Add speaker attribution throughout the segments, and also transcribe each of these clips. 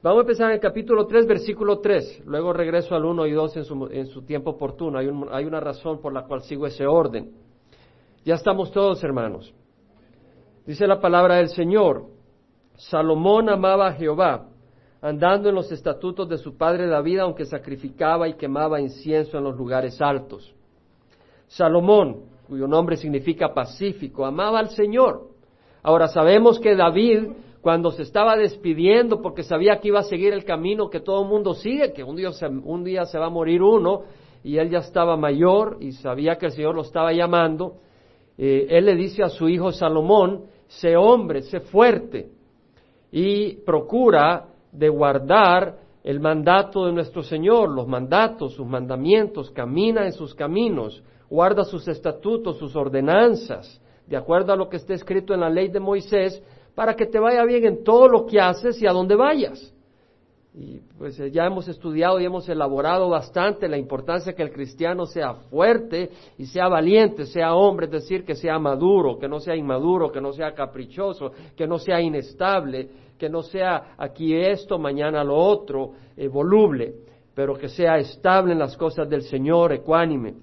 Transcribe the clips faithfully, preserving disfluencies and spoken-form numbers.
Speaker 1: Vamos a empezar en el capítulo tres, versículo tres. Luego regreso al uno y dos en su, en su tiempo oportuno. Hay, un, hay una razón por la cual sigo ese orden. Ya estamos todos, hermanos. Dice la palabra del Señor: Salomón amaba a Jehová, andando en los estatutos de su padre David, aunque sacrificaba y quemaba incienso en los lugares altos. Salomón, cuyo nombre significa pacífico, amaba al Señor. Ahora sabemos que David, cuando se estaba despidiendo, porque sabía que iba a seguir el camino que todo el mundo sigue, que un día, se, un día se va a morir uno, y él ya estaba mayor y sabía que el Señor lo estaba llamando, eh, él le dice a su hijo Salomón: sé hombre, sé fuerte, y procura de guardar el mandato de nuestro Señor, los mandatos, sus mandamientos, camina en sus caminos, guarda sus estatutos, sus ordenanzas, de acuerdo a lo que está escrito en la ley de Moisés, para que te vaya bien en todo lo que haces y a donde vayas. Y pues ya hemos estudiado y hemos elaborado bastante la importancia que el cristiano sea fuerte y sea valiente, sea hombre, es decir, que sea maduro, que no sea inmaduro, que no sea caprichoso, que no sea inestable, que no sea aquí esto, mañana lo otro, eh, voluble, pero que sea estable en las cosas del Señor, ecuánime.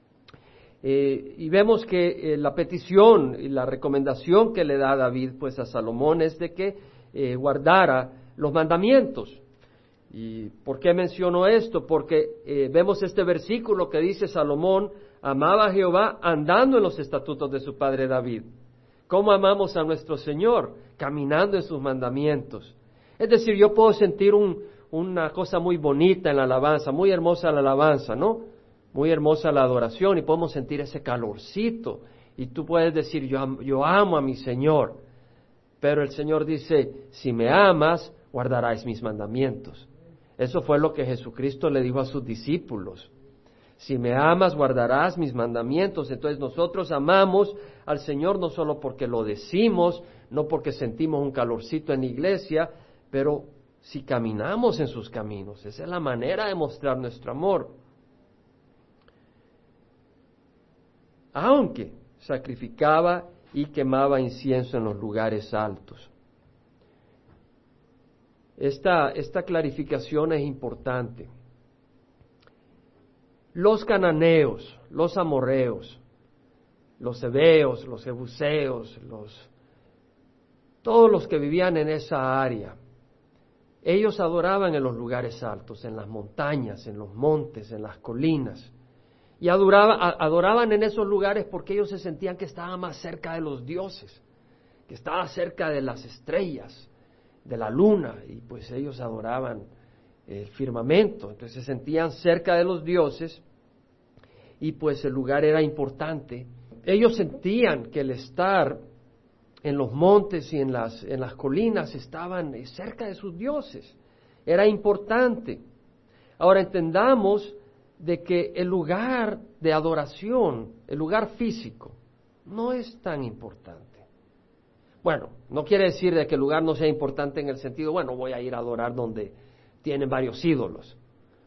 Speaker 1: Eh, y vemos que eh, la petición y la recomendación que le da David pues a Salomón es de que eh, guardara los mandamientos. ¿Y por qué menciono esto? Porque eh, vemos este versículo que dice: Salomón amaba a Jehová andando en los estatutos de su padre David. ¿Cómo amamos a nuestro Señor? Caminando en sus mandamientos. Es decir, yo puedo sentir un, una cosa muy bonita en la alabanza, muy hermosa la alabanza, ¿no? Muy hermosa la adoración, y podemos sentir ese calorcito, y tú puedes decir: yo, yo amo a mi Señor, pero el Señor dice: si me amas, guardarás mis mandamientos. Eso fue lo que Jesucristo le dijo a sus discípulos: si me amas, guardarás mis mandamientos. Entonces nosotros amamos al Señor no solo porque lo decimos, no porque sentimos un calorcito en la iglesia, pero si caminamos en sus caminos. Esa es la manera de mostrar nuestro amor. Aunque sacrificaba y quemaba incienso en los lugares altos. Esta, esta clarificación es importante. Los cananeos, los amorreos, los heveos, los jebuseos, los, todos los que vivían en esa área, ellos adoraban en los lugares altos, en las montañas, en los montes, en las colinas. Y adoraban, adoraban en esos lugares porque ellos se sentían que estaban más cerca de los dioses, que estaban cerca de las estrellas, de la luna, y pues ellos adoraban el firmamento, entonces se sentían cerca de los dioses, y pues el lugar era importante. Ellos sentían que el estar en los montes y en las, en las colinas estaban cerca de sus dioses, era importante. Ahora entendamos de que el lugar de adoración, el lugar físico, no es tan importante. Bueno, no quiere decir de que el lugar no sea importante en el sentido, bueno, voy a ir a adorar donde tienen varios ídolos,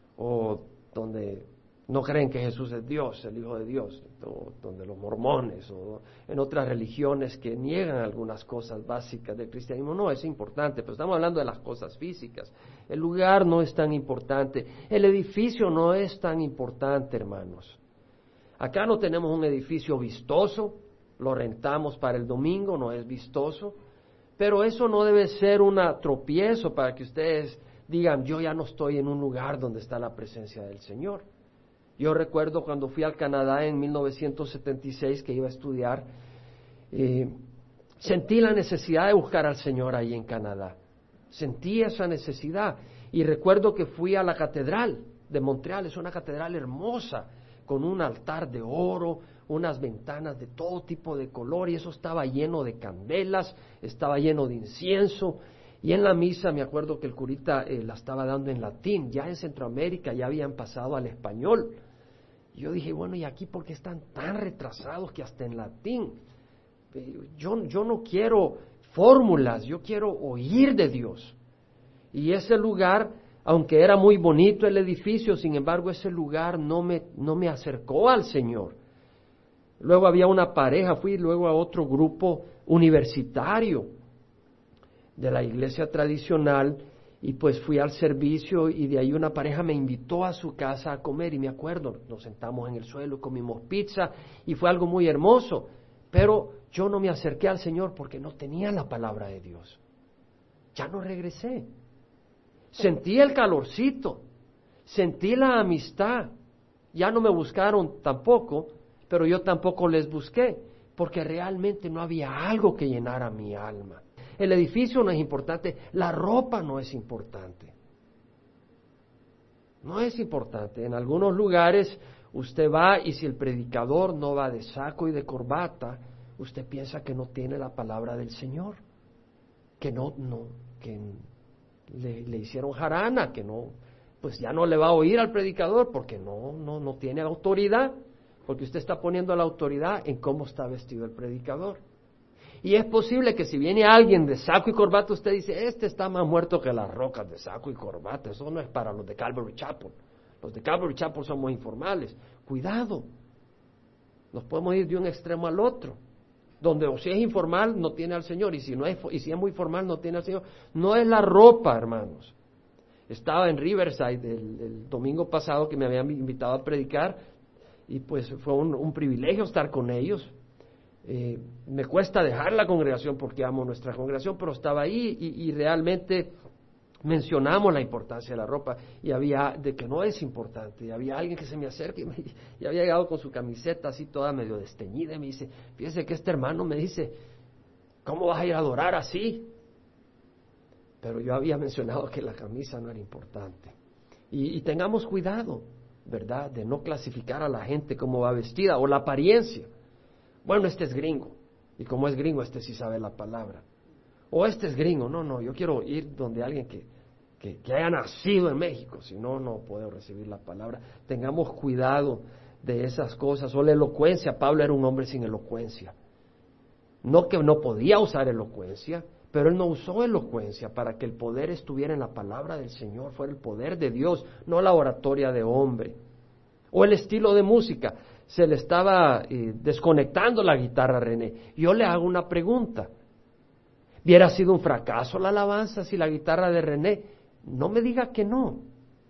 Speaker 1: o donde no creen que Jesús es Dios, el Hijo de Dios, o donde los mormones, o en otras religiones que niegan algunas cosas básicas del cristianismo. No, es importante, pero estamos hablando de las cosas físicas. El lugar no es tan importante, el edificio no es tan importante, hermanos. Acá no tenemos un edificio vistoso, lo rentamos para el domingo, no es vistoso, pero eso no debe ser un tropiezo para que ustedes digan: yo ya no estoy en un lugar donde está la presencia del Señor. Yo recuerdo cuando fui al Canadá en mil novecientos setenta y seis, que iba a estudiar, eh, sentí la necesidad de buscar al Señor ahí en Canadá. Sentí esa necesidad, y recuerdo que fui a la catedral de Montreal. Es una catedral hermosa, con un altar de oro, unas ventanas de todo tipo de color, y eso estaba lleno de candelas, estaba lleno de incienso. Y en la misa me acuerdo que el curita eh, la estaba dando en latín. Ya en Centroamérica ya habían pasado al español. Y yo dije: bueno, ¿y aquí por qué están tan retrasados que hasta en latín? Yo, yo no quiero fórmulas, yo quiero oír de Dios. Y ese lugar, aunque era muy bonito el edificio, sin embargo ese lugar no me, no me acercó al Señor. Luego había una pareja, fui luego a otro grupo universitario de la iglesia tradicional, Y pues fui al servicio y de ahí una pareja me invitó a su casa a comer y me acuerdo, nos sentamos en el suelo y comimos pizza y fue algo muy hermoso. Pero yo no me acerqué al Señor porque no tenía la palabra de Dios. Ya no regresé. Sentí el calorcito, sentí la amistad. Ya no me buscaron tampoco, pero yo tampoco les busqué, porque realmente no había algo que llenara mi alma. El edificio no es importante, la ropa no es importante. No es importante. En algunos lugares usted va y si el predicador no va de saco y de corbata, usted piensa que no tiene la palabra del Señor, que no, no, que le, le hicieron jarana, que no, pues ya no le va a oír al predicador porque no, no, no tiene autoridad, porque usted está poniendo la autoridad en cómo está vestido el predicador. Y es posible que si viene alguien de saco y corbata, usted dice, este está más muerto que las rocas de saco y corbata. Eso no es para los de Calvary Chapel. Los de Calvary Chapel somos informales. Cuidado. Nos podemos ir de un extremo al otro. Donde o si es informal, no tiene al Señor. Y si, no es, y si es muy formal, no tiene al Señor. No es la ropa, hermanos. Estaba en Riverside el, el domingo pasado que me habían invitado a predicar. Y pues fue un, un privilegio estar con ellos. Eh, me cuesta dejar la congregación porque amo nuestra congregación, pero estaba ahí y, y realmente mencionamos la importancia de la ropa y había de que no es importante. Y había alguien que se me acerca y, me, y había llegado con su camiseta así toda medio desteñida y me dice, fíjese que este hermano me dice, ¿cómo vas a ir a adorar así? Pero yo había mencionado que la camisa no era importante. Y, y tengamos cuidado, ¿verdad?, de no clasificar a la gente como va vestida o la apariencia. Bueno, este es gringo, y como es gringo, este sí sabe la palabra. O este es gringo, no, no, yo quiero ir donde alguien que, que, que haya nacido en México, si no, no puedo recibir la palabra. Tengamos cuidado de esas cosas. O la elocuencia, Pablo era un hombre sin elocuencia. No que no podía usar elocuencia, pero él no usó elocuencia para que el poder estuviera en la palabra del Señor, fuera el poder de Dios, no la oratoria de hombre. O el estilo de música. Se le estaba eh, desconectando la guitarra a René. Yo le hago una pregunta. ¿Hubiera sido un fracaso la alabanza si la guitarra de René? No me diga que no.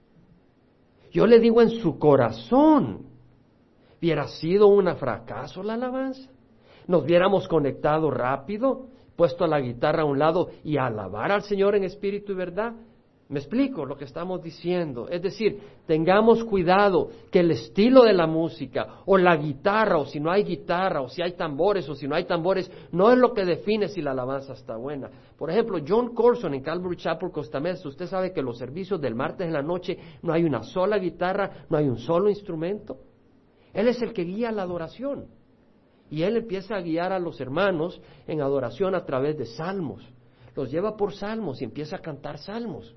Speaker 1: Yo le digo en su corazón. ¿Hubiera sido un fracaso la alabanza? ¿Nos hubiéramos conectado rápido, puesto la guitarra a un lado y alabar al Señor en espíritu y verdad? ¿Me explico lo que estamos diciendo? Es decir, tengamos cuidado que el estilo de la música, o la guitarra, o si no hay guitarra, o si hay tambores, o si no hay tambores, no es lo que define si la alabanza está buena. Por ejemplo, John Corson en Calvary Chapel, Costa Mesa, usted sabe que los servicios del martes en la noche no hay una sola guitarra, no hay un solo instrumento. Él es el que guía la adoración. Y él empieza a guiar a los hermanos en adoración a través de salmos. Los lleva por salmos y empieza a cantar salmos.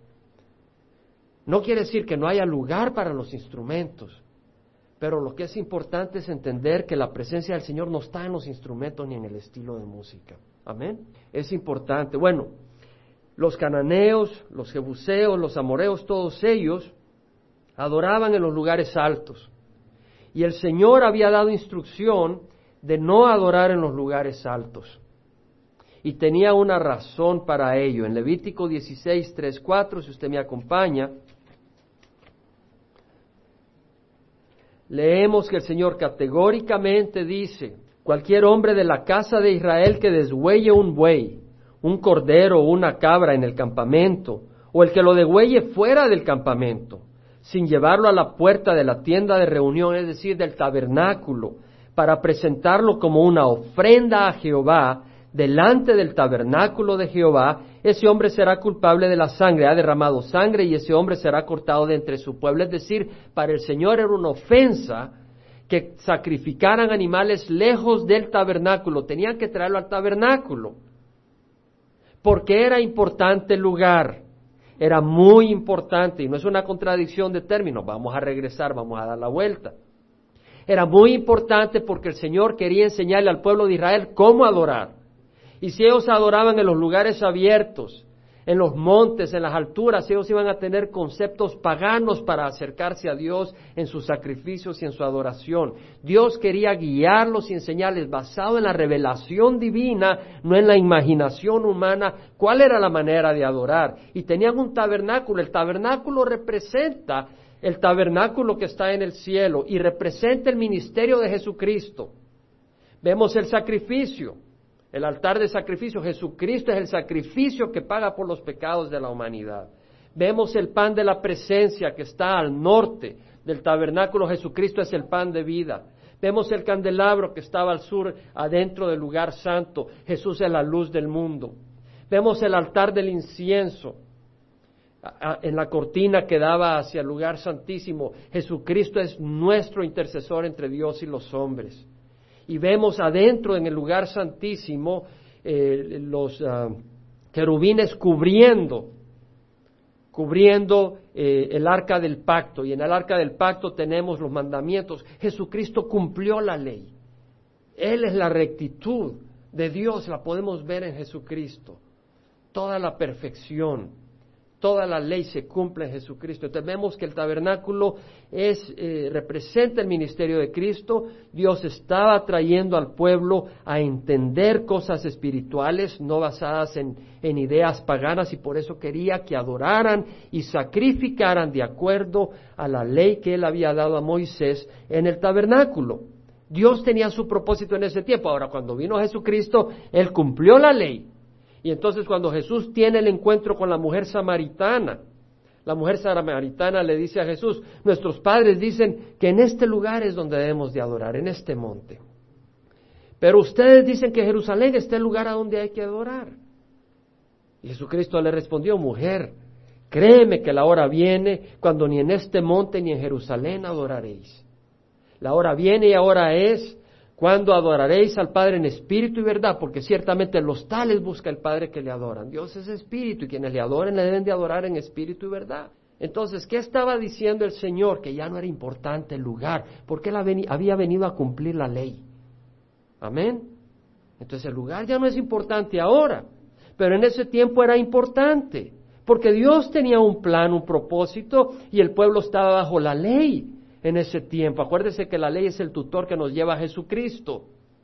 Speaker 1: No quiere decir que no haya lugar para los instrumentos, pero lo que es importante es entender que la presencia del Señor no está en los instrumentos ni en el estilo de música. Amén. Es importante. Bueno, los cananeos, los jebuseos, los amoreos, todos ellos adoraban en los lugares altos. Y el Señor había dado instrucción de no adorar en los lugares altos. Y tenía una razón para ello. En Levítico dieciséis, tres, cuatro, si usted me acompaña, leemos que el Señor categóricamente dice, cualquier hombre de la casa de Israel que deshuelle un buey, un cordero o una cabra en el campamento, o el que lo degüelle fuera del campamento, sin llevarlo a la puerta de la tienda de reunión, es decir, del tabernáculo, para presentarlo como una ofrenda a Jehová, delante del tabernáculo de Jehová, ese hombre será culpable de la sangre, ha derramado sangre y ese hombre será cortado de entre su pueblo. Es decir, para el Señor era una ofensa que sacrificaran animales lejos del tabernáculo, tenían que traerlo al tabernáculo, porque era importante el lugar, era muy importante, y no es una contradicción de términos, vamos a regresar, vamos a dar la vuelta. Era muy importante porque el Señor quería enseñarle al pueblo de Israel cómo adorar. Y si ellos adoraban en los lugares abiertos, En los montes, en las alturas, ellos iban a tener conceptos paganos para acercarse a Dios en sus sacrificios y en su adoración. Dios quería guiarlos y enseñarles, basado en la revelación divina, no en la imaginación humana, cuál era la manera de adorar. Y tenían un tabernáculo. El tabernáculo representa el tabernáculo que está en el cielo y representa el ministerio de Jesucristo. Vemos el sacrificio. El altar de sacrificio, Jesucristo es el sacrificio que paga por los pecados de la humanidad. Vemos el pan de la presencia que está al norte del tabernáculo, Jesucristo es el pan de vida. Vemos el candelabro que estaba al sur, adentro del lugar santo, Jesús es la luz del mundo. Vemos el altar del incienso, en la cortina que daba hacia el lugar santísimo, Jesucristo es nuestro intercesor entre Dios y los hombres. Y vemos adentro en el lugar santísimo eh, los uh, querubines cubriendo, cubriendo eh, el arca del pacto. Y en el arca del pacto tenemos los mandamientos. Jesucristo cumplió la ley. Él es la rectitud de Dios, la podemos ver en Jesucristo. Toda la perfección. Toda la ley se cumple en Jesucristo. Entonces vemos que el tabernáculo es, eh, representa el ministerio de Cristo. Dios estaba trayendo al pueblo a entender cosas espirituales, no basadas en, en ideas paganas, y por eso quería que adoraran y sacrificaran de acuerdo a la ley que Él había dado a Moisés en el tabernáculo. Dios tenía su propósito en ese tiempo. Ahora, cuando vino Jesucristo, Él cumplió la ley. Y entonces cuando Jesús tiene el encuentro con la mujer samaritana, la mujer samaritana le dice a Jesús, nuestros padres dicen que en este lugar es donde debemos de adorar, en este monte. Pero ustedes dicen que Jerusalén está el lugar a donde hay que adorar. Y Jesucristo le respondió, mujer, créeme que la hora viene cuando ni en este monte ni en Jerusalén adoraréis. La hora viene y ahora es cuando adoraréis al Padre en espíritu y verdad, porque ciertamente los tales busca el Padre que le adoran. Dios es espíritu y quienes le adoren le deben de adorar en espíritu y verdad. Entonces, ¿qué estaba diciendo el Señor? Que ya no era importante el lugar, porque Él había venido a cumplir la ley. Amén. Entonces el lugar ya no es importante ahora, pero en ese tiempo era importante, porque Dios tenía un plan, un propósito, y el pueblo estaba bajo la ley. En ese tiempo, acuérdese que la ley es el tutor que nos lleva a Jesucristo.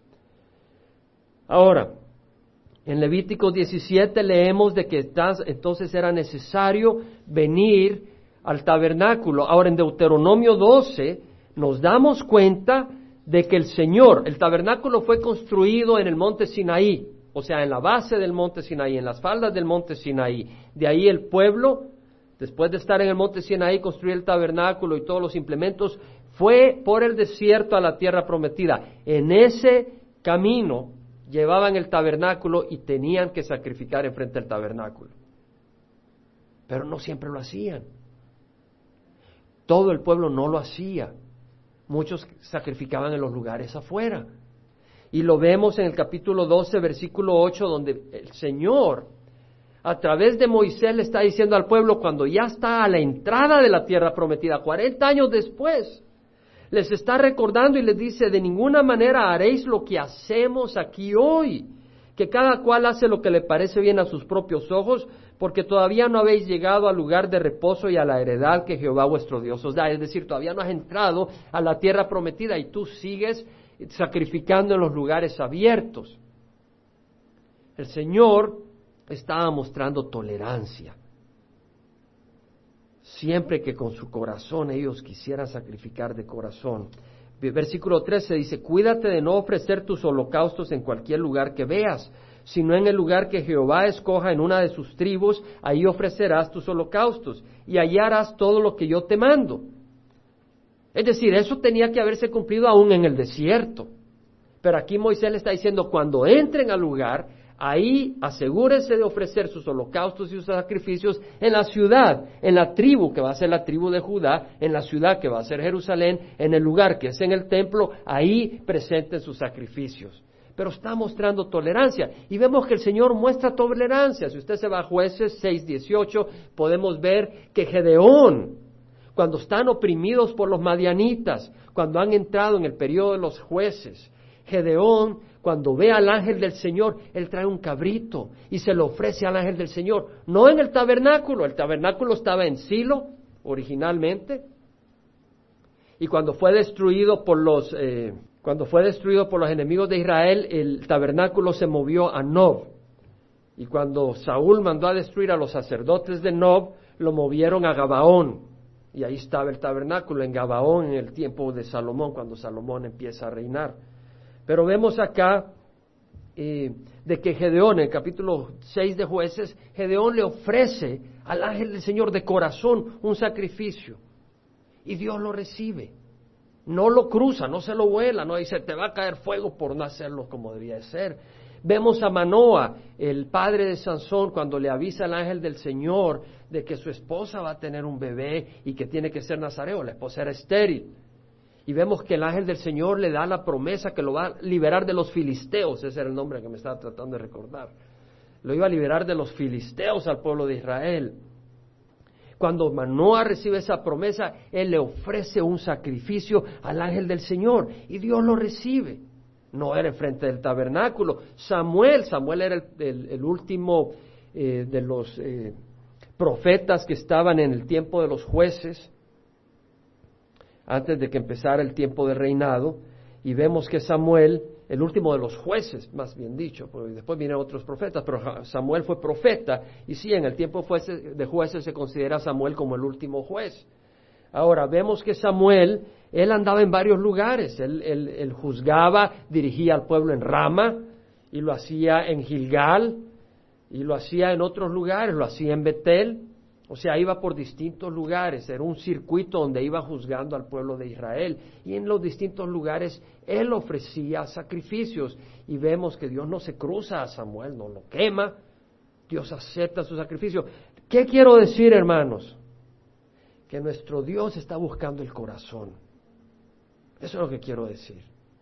Speaker 1: Ahora, en Levítico diecisiete leemos de que entonces era necesario venir al tabernáculo. Ahora, en Deuteronomio doce nos damos cuenta de que el Señor, el tabernáculo fue construido en el monte Sinaí, o sea, en la base del monte Sinaí, en las faldas del monte Sinaí. De ahí el pueblo, después de estar en el monte Sinaí, construir el tabernáculo y todos los implementos, fue por el desierto a la tierra prometida. En ese camino llevaban el tabernáculo y tenían que sacrificar enfrente del tabernáculo. Pero no siempre lo hacían. Todo el pueblo no lo hacía. Muchos sacrificaban en los lugares afuera. Y lo vemos en el capítulo doce, versículo ocho, donde el Señor, a través de Moisés, le está diciendo al pueblo, cuando ya está a la entrada de la tierra prometida, cuarenta años después, les está recordando y les dice, de ninguna manera haréis lo que hacemos aquí hoy, que cada cual hace lo que le parece bien a sus propios ojos, porque todavía no habéis llegado al lugar de reposo y a la heredad que Jehová vuestro Dios os da. Es decir, todavía no has entrado a la tierra prometida y tú sigues sacrificando en los lugares abiertos. El Señor estaba mostrando tolerancia. Siempre que con su corazón ellos quisieran sacrificar de corazón. Versículo trece dice, cuídate de no ofrecer tus holocaustos en cualquier lugar que veas, sino en el lugar que Jehová escoja en una de sus tribus, ahí ofrecerás tus holocaustos, y allí harás todo lo que yo te mando. Es decir, eso tenía que haberse cumplido aún en el desierto. Pero aquí Moisés le está diciendo, cuando entren al lugar, ahí asegúrense de ofrecer sus holocaustos y sus sacrificios en la ciudad, en la tribu que va a ser la tribu de Judá, en la ciudad que va a ser Jerusalén, en el lugar que es en el templo, ahí presenten sus sacrificios. Pero está mostrando tolerancia, y vemos que el Señor muestra tolerancia. Si usted se va a Jueces seis dieciocho, podemos ver que Gedeón, cuando están oprimidos por los madianitas, cuando han entrado en el periodo de los jueces, Gedeón, cuando ve al ángel del Señor, él trae un cabrito y se lo ofrece al ángel del Señor. No en el tabernáculo, el tabernáculo estaba en Silo originalmente. Y cuando fue destruido por los, eh, cuando fue destruido por los enemigos de Israel, el tabernáculo se movió a Nob. Y cuando Saúl mandó a destruir a los sacerdotes de Nob, lo movieron a Gabaón. Y ahí estaba el tabernáculo, en Gabaón, en el tiempo de Salomón, cuando Salomón empieza a reinar. Pero vemos acá eh, de que Gedeón, en el capítulo seis de Jueces, Gedeón le ofrece al ángel del Señor de corazón un sacrificio. Y Dios lo recibe. No lo cruza, no se lo vuela, no dice, te va a caer fuego por no hacerlo como debía de ser. Vemos a Manoa, el padre de Sansón, cuando le avisa al ángel del Señor de que su esposa va a tener un bebé y que tiene que ser nazareo, la esposa era estéril. Y vemos que el ángel del Señor le da la promesa que lo va a liberar de los filisteos, ese era el nombre que me estaba tratando de recordar. Lo iba a liberar de los filisteos al pueblo de Israel. Cuando Manoa recibe esa promesa, él le ofrece un sacrificio al ángel del Señor y Dios lo recibe. No era enfrente del tabernáculo. Samuel, Samuel era el, el, el último eh, de los eh, profetas que estaban en el tiempo de los jueces, antes de que empezara el tiempo de reinado, y vemos que Samuel, el último de los jueces, más bien dicho, porque después vienen otros profetas, pero Samuel fue profeta, y sí, en el tiempo de jueces se considera a Samuel como el último juez. Ahora, vemos que Samuel, él andaba en varios lugares, él, él, él juzgaba, dirigía al pueblo en Rama, y lo hacía en Gilgal, y lo hacía en otros lugares, lo hacía en Betel, o sea, iba por distintos lugares, era un circuito donde iba juzgando al pueblo de Israel, y en los distintos lugares él ofrecía sacrificios, y vemos que Dios no se cruza a Samuel, no lo quema, Dios acepta su sacrificio. ¿Qué quiero decir, hermanos? Que nuestro Dios está buscando el corazón. Eso es lo que quiero decir.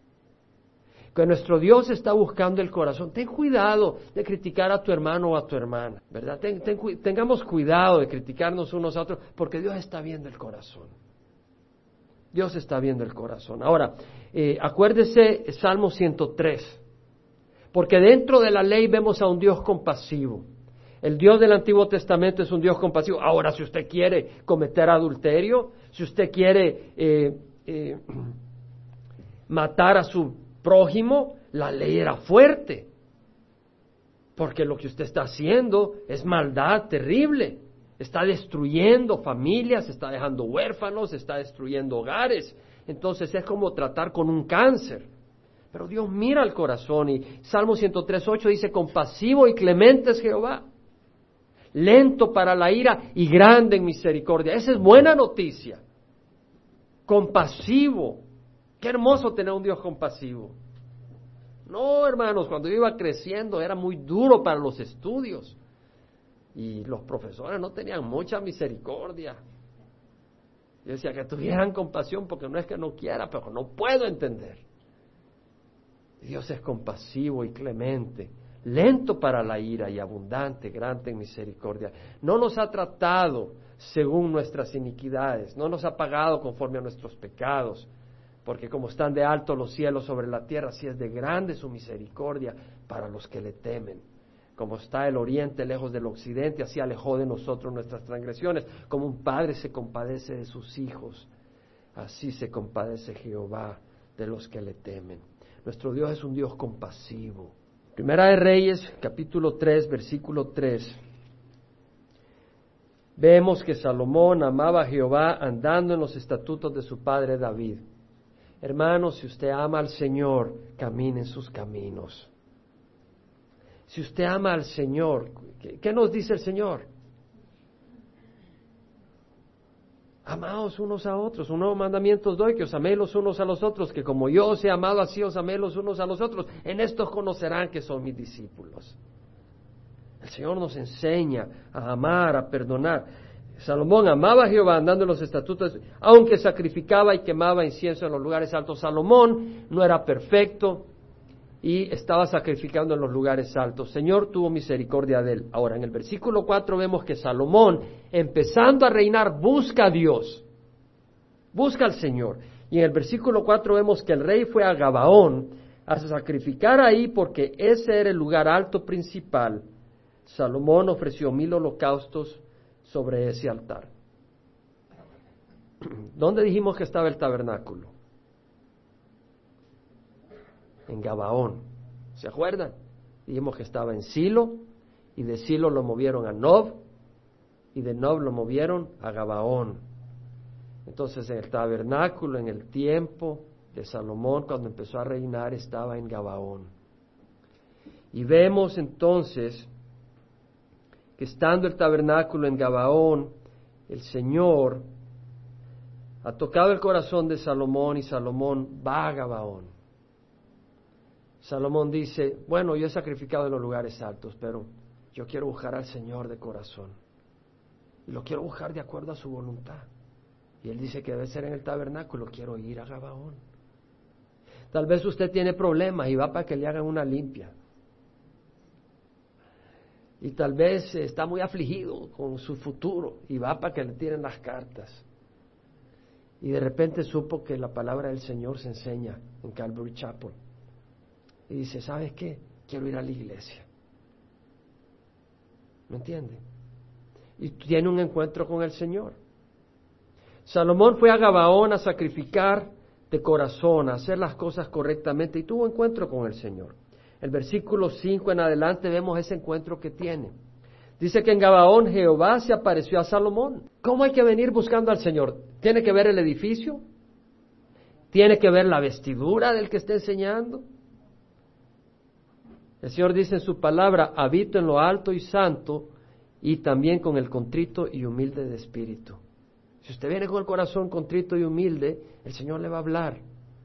Speaker 1: Que nuestro Dios está buscando el corazón. Ten cuidado de criticar a tu hermano o a tu hermana, ¿verdad? Ten, ten, tengamos cuidado de criticarnos unos a otros, porque Dios está viendo el corazón. Dios está viendo el corazón. Ahora, eh, acuérdese Salmo ciento tres, porque dentro de la ley vemos a un Dios compasivo. El Dios del Antiguo Testamento es un Dios compasivo. Ahora, si usted quiere cometer adulterio, si usted quiere eh, eh, matar a su prójimo, la ley era fuerte, porque lo que usted está haciendo es maldad terrible, está destruyendo familias, está dejando huérfanos, está destruyendo hogares. Entonces es como tratar con un cáncer. Pero Dios mira al corazón, y Salmo ciento tres, ocho dice, compasivo y clemente es Jehová, lento para la ira y grande en misericordia. Esa es buena noticia. Compasivo. Qué hermoso tener un Dios compasivo. No, hermanos, cuando yo iba creciendo era muy duro para los estudios y los profesores no tenían mucha misericordia. Yo decía que tuvieran compasión, porque no es que no quiera, pero no puedo entender. Dios es compasivo y clemente, lento para la ira y abundante, grande en misericordia. No nos ha tratado según nuestras iniquidades, no nos ha pagado conforme a nuestros pecados, porque como están de alto los cielos sobre la tierra, así es de grande su misericordia para los que le temen. Como está el oriente lejos del occidente, así alejó de nosotros nuestras transgresiones. Como un padre se compadece de sus hijos, así se compadece Jehová de los que le temen. Nuestro Dios es un Dios compasivo. Primera de Reyes, capítulo tres, versículo tres. Vemos que Salomón amaba a Jehová andando en los estatutos de su padre David. Hermanos, si usted ama al Señor, camine en sus caminos. Si usted ama al Señor, ¿qué, qué nos dice el Señor? Amaos unos a otros. Un nuevo mandamiento os doy, que os améis los unos a los otros, que como yo os he amado, así os amé los unos a los otros. En esto conocerán que son mis discípulos. El Señor nos enseña a amar, a perdonar. Salomón amaba a Jehová andando en los estatutos, aunque sacrificaba y quemaba incienso en los lugares altos. Salomón no era perfecto y estaba sacrificando en los lugares altos. Señor tuvo misericordia de él. Ahora, en el versículo cuatro vemos que Salomón, empezando a reinar, busca a Dios, busca al Señor. Y en el versículo cuatro vemos que el rey fue a Gabaón a sacrificar ahí, porque ese era el lugar alto principal, Salomón ofreció mil holocaustos sobre ese altar. ¿Dónde dijimos que estaba el tabernáculo? En Gabaón. ¿Se acuerdan? Dijimos que estaba en Silo, y de Silo lo movieron a Nob, y de Nob lo movieron a Gabaón. Entonces el tabernáculo en el tiempo de Salomón, cuando empezó a reinar, estaba en Gabaón. Y vemos entonces que estando el tabernáculo en Gabaón, el Señor ha tocado el corazón de Salomón, y Salomón va a Gabaón. Salomón dice, bueno, yo he sacrificado en los lugares altos, pero yo quiero buscar al Señor de corazón. Y lo quiero buscar de acuerdo a su voluntad. Y él dice que debe ser en el tabernáculo, quiero ir a Gabaón. Tal vez usted tiene problemas y va para que le hagan una limpia. Y tal vez está muy afligido con su futuro y va para que le tiren las cartas. Y de repente supo que la palabra del Señor se enseña en Calvary Chapel. Y dice, ¿sabes qué? Quiero ir a la iglesia. ¿Me entiende? Y tiene un encuentro con el Señor. Salomón fue a Gabaón a sacrificar de corazón, a hacer las cosas correctamente, y tuvo encuentro con el Señor. El versículo cinco en adelante vemos ese encuentro que tiene. Dice que en Gabaón Jehová se apareció a Salomón. ¿Cómo hay que venir buscando al Señor? ¿Tiene que ver el edificio? ¿Tiene que ver la vestidura del que está enseñando? El Señor dice en su palabra, habito en lo alto y santo, y también con el contrito y humilde de espíritu. Si usted viene con el corazón contrito y humilde, el Señor le va a hablar.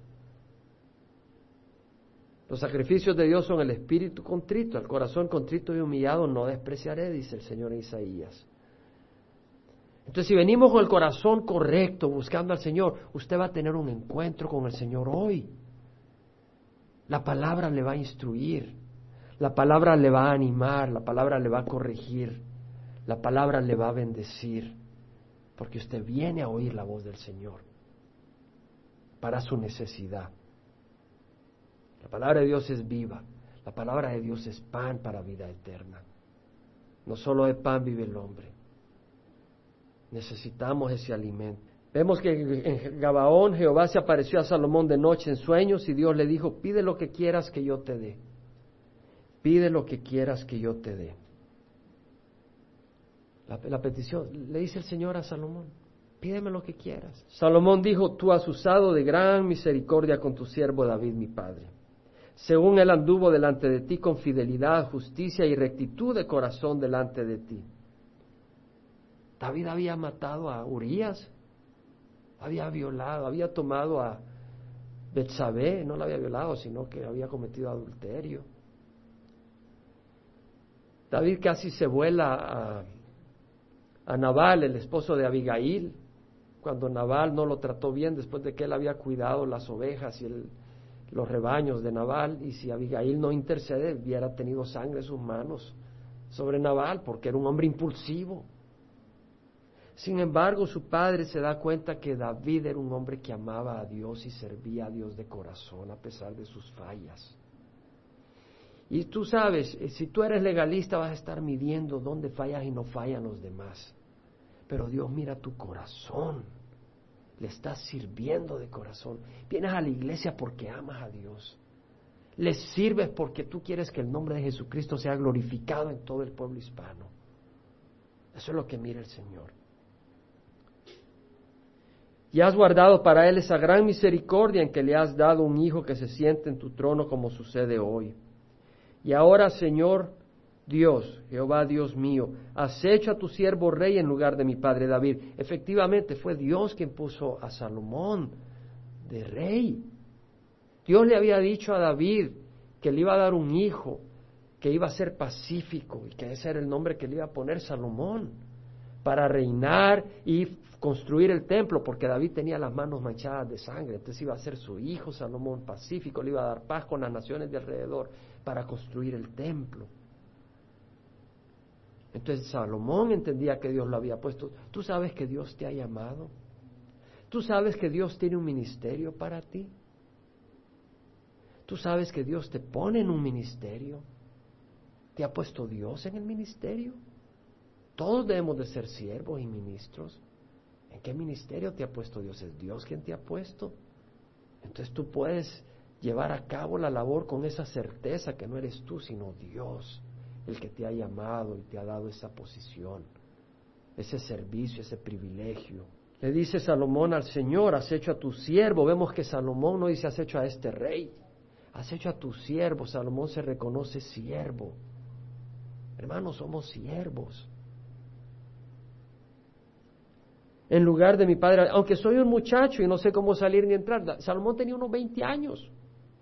Speaker 1: Los sacrificios de Dios son el espíritu contrito, el corazón contrito y humillado no despreciaré, dice el Señor en Isaías. Entonces, si venimos con el corazón correcto, buscando al Señor, usted va a tener un encuentro con el Señor hoy. La palabra le va a instruir, la palabra le va a animar, la palabra le va a corregir, la palabra le va a bendecir, porque usted viene a oír la voz del Señor para su necesidad. La palabra de Dios es viva, la palabra de Dios es pan para vida eterna. No solo de pan vive el hombre. Necesitamos ese alimento. Vemos que en Gabaón Jehová se apareció a Salomón de noche en sueños y Dios le dijo, pide lo que quieras que yo te dé. Pide lo que quieras que yo te dé. La, la petición, le dice el Señor a Salomón, pídeme lo que quieras. Salomón dijo, tú has usado de gran misericordia con tu siervo David mi padre. Según él anduvo delante de ti con fidelidad, justicia y rectitud de corazón delante de ti. David había matado a Urías, había violado, había tomado a Betsabé, no la había violado, sino que había cometido adulterio. David casi se vuela a, a Nabal, el esposo de Abigail, cuando Nabal no lo trató bien después de que él había cuidado las ovejas y el, los rebaños de Nabal, y si Abigail no intercede, hubiera tenido sangre en sus manos sobre Nabal, porque era un hombre impulsivo. Sin embargo, su padre se da cuenta que David era un hombre que amaba a Dios y servía a Dios de corazón a pesar de sus fallas. Y tú sabes, si tú eres legalista vas a estar midiendo dónde fallas y no fallan los demás. Pero Dios mira tu corazón, le estás sirviendo de corazón. Vienes a la iglesia porque amas a Dios. Le sirves porque tú quieres que el nombre de Jesucristo sea glorificado en todo el pueblo hispano. Eso es lo que mira el Señor. Y has guardado para Él esa gran misericordia en que le has dado un hijo que se siente en tu trono como sucede hoy. Y ahora, Señor Dios, Jehová Dios mío, has hecho a tu siervo rey en lugar de mi padre David. Efectivamente, fue Dios quien puso a Salomón de rey. Dios le había dicho a David que le iba a dar un hijo, que iba a ser pacífico y que ese era el nombre que le iba a poner Salomón, para reinar y construir el templo, porque David tenía las manos manchadas de sangre. Entonces iba a ser su hijo Salomón pacífico, le iba a dar paz con las naciones de alrededor para construir el templo. Entonces Salomón entendía que Dios lo había puesto. Tú sabes que Dios te ha llamado. Tú sabes que Dios tiene un ministerio para ti. Tú sabes que Dios te pone en un ministerio. ¿Te ha puesto Dios en el ministerio? Todos debemos de ser siervos y ministros. ¿En qué ministerio te ha puesto Dios? ¿Es Dios quien te ha puesto? Entonces tú puedes llevar a cabo la labor con esa certeza que no eres tú, sino Dios, el que te ha llamado y te ha dado esa posición, ese servicio, ese privilegio. Le dice Salomón al Señor, has hecho a tu siervo. Vemos que Salomón no dice has hecho a este rey, has hecho a tu siervo. Salomón se reconoce siervo. Hermanos, somos siervos. En lugar de mi padre, aunque soy un muchacho y no sé cómo salir ni entrar. Salomón tenía unos veinte años.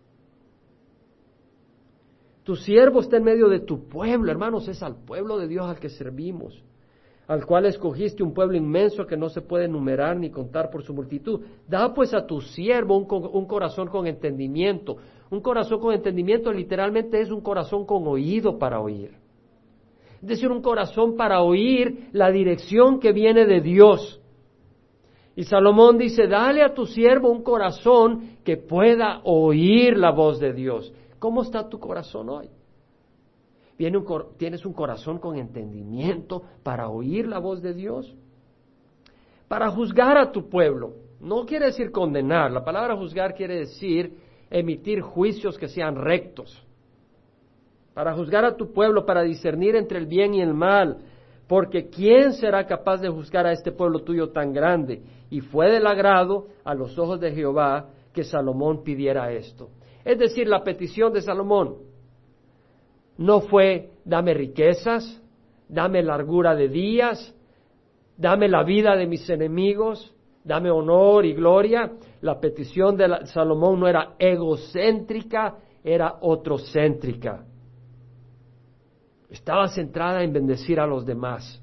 Speaker 1: Tu siervo está en medio de tu pueblo, hermanos, es al pueblo de Dios al que servimos, al cual escogiste, un pueblo inmenso que no se puede enumerar ni contar por su multitud. Da pues a tu siervo un, un corazón con entendimiento. Un corazón con entendimiento literalmente es un corazón con oído para oír. Es decir, un corazón para oír la dirección que viene de Dios. Y Salomón dice, dale a tu siervo un corazón que pueda oír la voz de Dios. ¿Cómo está tu corazón hoy? ¿Viene un, ¿Tienes un corazón con entendimiento para oír la voz de Dios? Para juzgar a tu pueblo. No quiere decir condenar. La palabra juzgar quiere decir emitir juicios que sean rectos. Para juzgar a tu pueblo, para discernir entre el bien y el mal. Porque ¿quién será capaz de juzgar a este pueblo tuyo tan grande? Y fue del agrado a los ojos de Jehová que Salomón pidiera esto. Es decir, la petición de Salomón no fue, dame riquezas, dame largura de días, dame la vida de mis enemigos, dame honor y gloria. La petición de Salomón no era egocéntrica, era otrocéntrica. Estaba centrada en bendecir a los demás.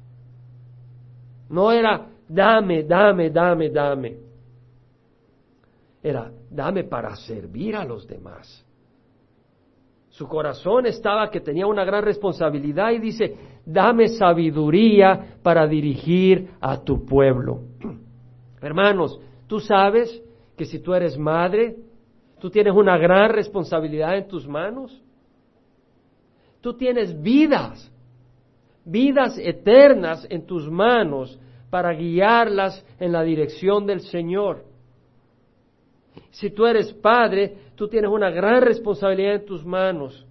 Speaker 1: No era, dame, dame, dame, dame. Era, dame para servir a los demás. Su corazón estaba que tenía una gran responsabilidad y dice, dame sabiduría para dirigir a tu pueblo. Hermanos, tú sabes que si tú eres madre, tú tienes una gran responsabilidad en tus manos. Tú tienes vidas, vidas eternas en tus manos para guiarlas en la dirección del Señor. Si tú eres padre, tú tienes una gran responsabilidad en tus manos.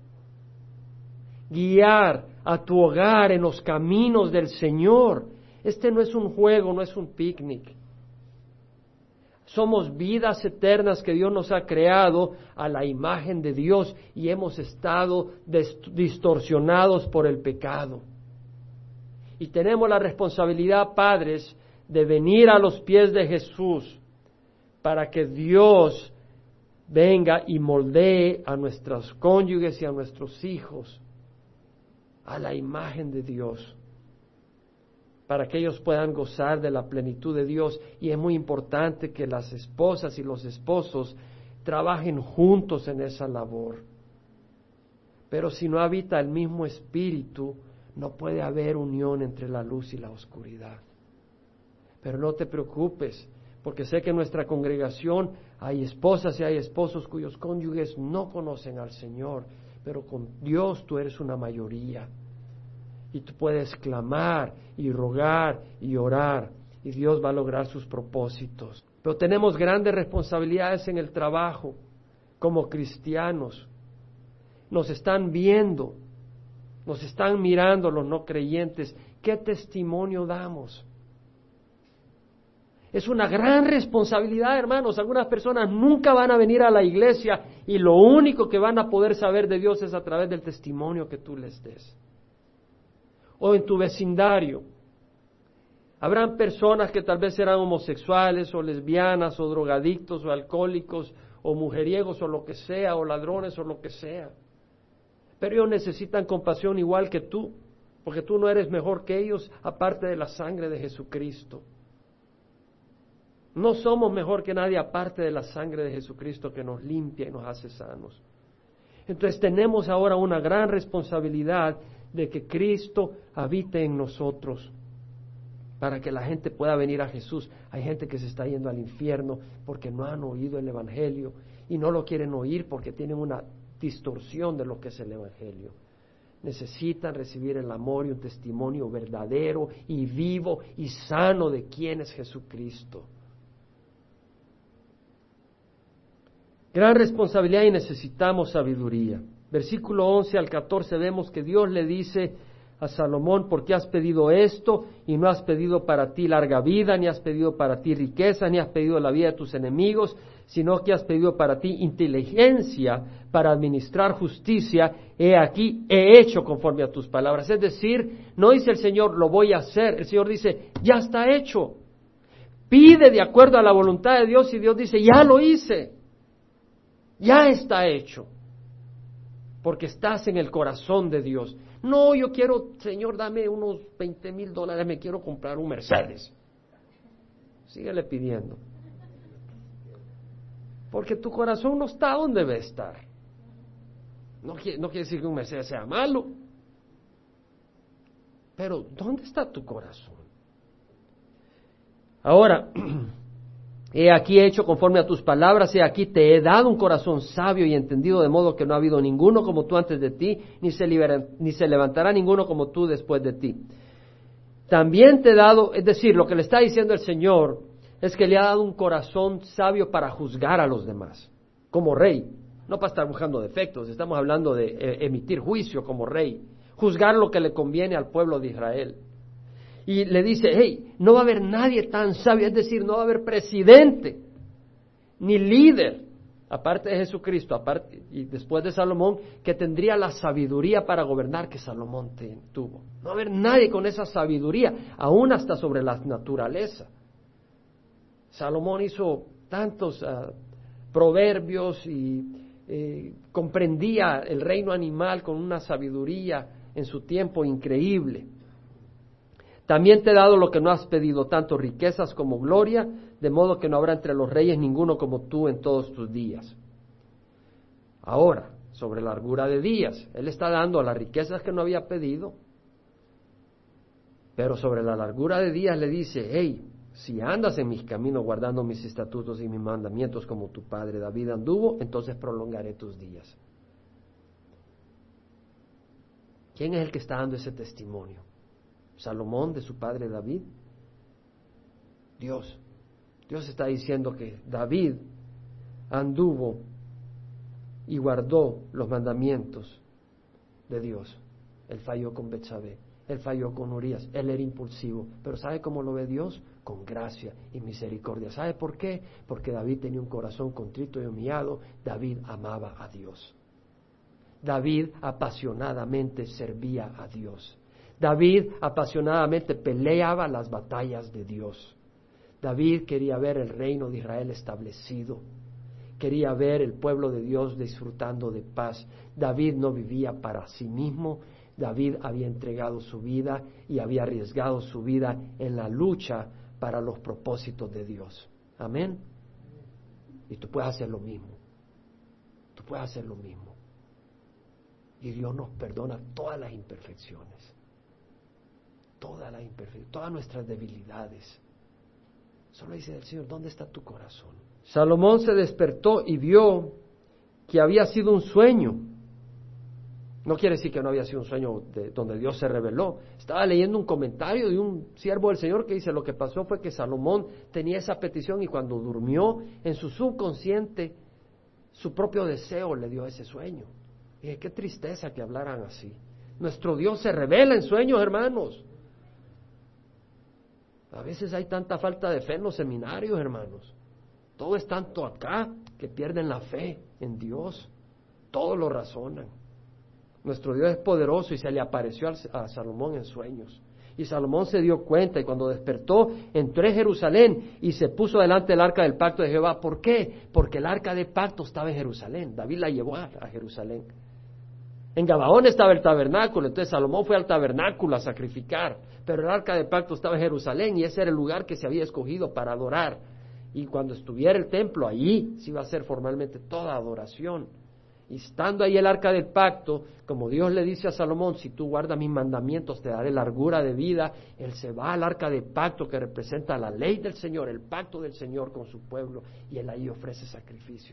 Speaker 1: Guiar a tu hogar en los caminos del Señor. Este no es un juego, no es un picnic. Somos vidas eternas que Dios nos ha creado a la imagen de Dios y hemos estado distorsionados por el pecado. Y tenemos la responsabilidad, padres, de venir a los pies de Jesús para que Dios venga y moldee a nuestros cónyuges y a nuestros hijos a la imagen de Dios, para que ellos puedan gozar de la plenitud de Dios. Y es muy importante que las esposas y los esposos trabajen juntos en esa labor. Pero si no habita el mismo espíritu, no puede haber unión entre la luz y la oscuridad. Pero no te preocupes, porque sé que en nuestra congregación hay esposas y hay esposos cuyos cónyuges no conocen al Señor, pero con Dios tú eres una mayoría. Y tú puedes clamar y rogar y orar, y Dios va a lograr sus propósitos. Pero tenemos grandes responsabilidades en el trabajo, como cristianos. Nos están viendo, nos están mirando los no creyentes. ¿Qué testimonio damos? Es una gran responsabilidad, hermanos. Algunas personas nunca van a venir a la iglesia y lo único que van a poder saber de Dios es a través del testimonio que tú les des. O en tu vecindario. Habrán personas que tal vez serán homosexuales o lesbianas o drogadictos o alcohólicos o mujeriegos o lo que sea, o ladrones o lo que sea. Pero ellos necesitan compasión igual que tú, porque tú no eres mejor que ellos aparte de la sangre de Jesucristo. No somos mejor que nadie aparte de la sangre de Jesucristo que nos limpia y nos hace sanos. Entonces tenemos ahora una gran responsabilidad de que Cristo habite en nosotros. para que la gente pueda venir a Jesús. Hay gente que se está yendo al infierno porque no han oído el Evangelio y no lo quieren oír porque tienen una distorsión de lo que es el Evangelio. Necesitan recibir el amor y un testimonio verdadero y vivo y sano de quién es Jesucristo. Gran responsabilidad y necesitamos sabiduría. Versículo once al catorce vemos que Dios le dice a Salomón: ¿por qué has pedido esto y no has pedido para ti larga vida, ni has pedido para ti riqueza, ni has pedido la vida de tus enemigos, sino que has pedido para ti inteligencia para administrar justicia? He aquí, he hecho conforme a tus palabras. Es decir, no dice el Señor, lo voy a hacer. El Señor dice, ya está hecho. Pide de acuerdo a la voluntad de Dios y Dios dice, ya lo hice. Ya está hecho. Porque estás en el corazón de Dios. No, yo quiero, Señor, dame unos veinte mil dólares, me quiero comprar un Mercedes. Síguele pidiendo. Porque tu corazón no está donde debe estar. No quiere, no quiere decir que un Mercedes sea malo. Pero, ¿dónde está tu corazón? Ahora, he aquí hecho conforme a tus palabras, he aquí te he dado un corazón sabio y entendido, de modo que no ha habido ninguno como tú antes de ti, ni se, libera, ni se levantará ninguno como tú después de ti. También te he dado, es decir, lo que le está diciendo el Señor es que le ha dado un corazón sabio para juzgar a los demás, como rey, no para estar buscando defectos, estamos hablando de eh, emitir juicio como rey, juzgar lo que le conviene al pueblo de Israel. Y le dice, hey, no va a haber nadie tan sabio, es decir, no va a haber presidente, ni líder, aparte de Jesucristo, aparte y después de Salomón, que tendría la sabiduría para gobernar que Salomón te, tuvo. No va a haber nadie con esa sabiduría, aún hasta sobre la naturaleza. Salomón hizo tantos uh, proverbios y eh, comprendía el reino animal con una sabiduría en su tiempo increíble. También te he dado lo que no has pedido, tanto riquezas como gloria, de modo que no habrá entre los reyes ninguno como tú en todos tus días. Ahora, sobre largura de días, Él está dando las riquezas que no había pedido, pero sobre la largura de días le dice, hey, si andas en mis caminos guardando mis estatutos y mis mandamientos como tu padre David anduvo, entonces prolongaré tus días. ¿Quién es el que está dando ese testimonio? ¿Salomón de su padre David? Dios. Dios está diciendo que David anduvo y guardó los mandamientos de Dios. Él falló con Betsabé, él falló con Urías, él era impulsivo. Pero ¿sabe cómo lo ve Dios? Con gracia y misericordia. ¿Sabe por qué? Porque David tenía un corazón contrito y humillado. David amaba a Dios. David apasionadamente servía a Dios. David apasionadamente peleaba las batallas de Dios. David quería ver el reino de Israel establecido. Quería ver el pueblo de Dios disfrutando de paz. David no vivía para sí mismo. David había entregado su vida y había arriesgado su vida en la lucha para los propósitos de Dios. Amén. Y tú puedes hacer lo mismo. Tú puedes hacer lo mismo. Y Dios nos perdona todas las imperfecciones. Todas las imperfecciones, todas nuestras debilidades. Solo dice el Señor, ¿dónde está tu corazón? Salomón se despertó y vio que había sido un sueño. No quiere decir que no había sido un sueño de, donde Dios se reveló. Estaba leyendo un comentario de un siervo del Señor que dice, lo que pasó fue que Salomón tenía esa petición y cuando durmió en su subconsciente, su propio deseo le dio ese sueño. Y dije, qué tristeza que hablaran así. Nuestro Dios se revela en sueños, hermanos. A veces hay tanta falta de fe en los seminarios, hermanos. Todo es tanto acá que pierden la fe en Dios. Todos lo razonan. Nuestro Dios es poderoso y se le apareció a Salomón en sueños. Y Salomón se dio cuenta y cuando despertó entró en Jerusalén y se puso delante del arca del pacto de Jehová. ¿Por qué? Porque el arca del pacto estaba en Jerusalén. David la llevó a, a Jerusalén. En Gabaón estaba el tabernáculo, entonces Salomón fue al tabernáculo a sacrificar, pero el arca del pacto estaba en Jerusalén y ese era el lugar que se había escogido para adorar. Y cuando estuviera el templo, allí se iba a hacer formalmente toda adoración. Y estando ahí el arca del pacto, como Dios le dice a Salomón, si tú guardas mis mandamientos te daré largura de vida, él se va al arca del pacto que representa la ley del Señor, el pacto del Señor con su pueblo, y él ahí ofrece sacrificio.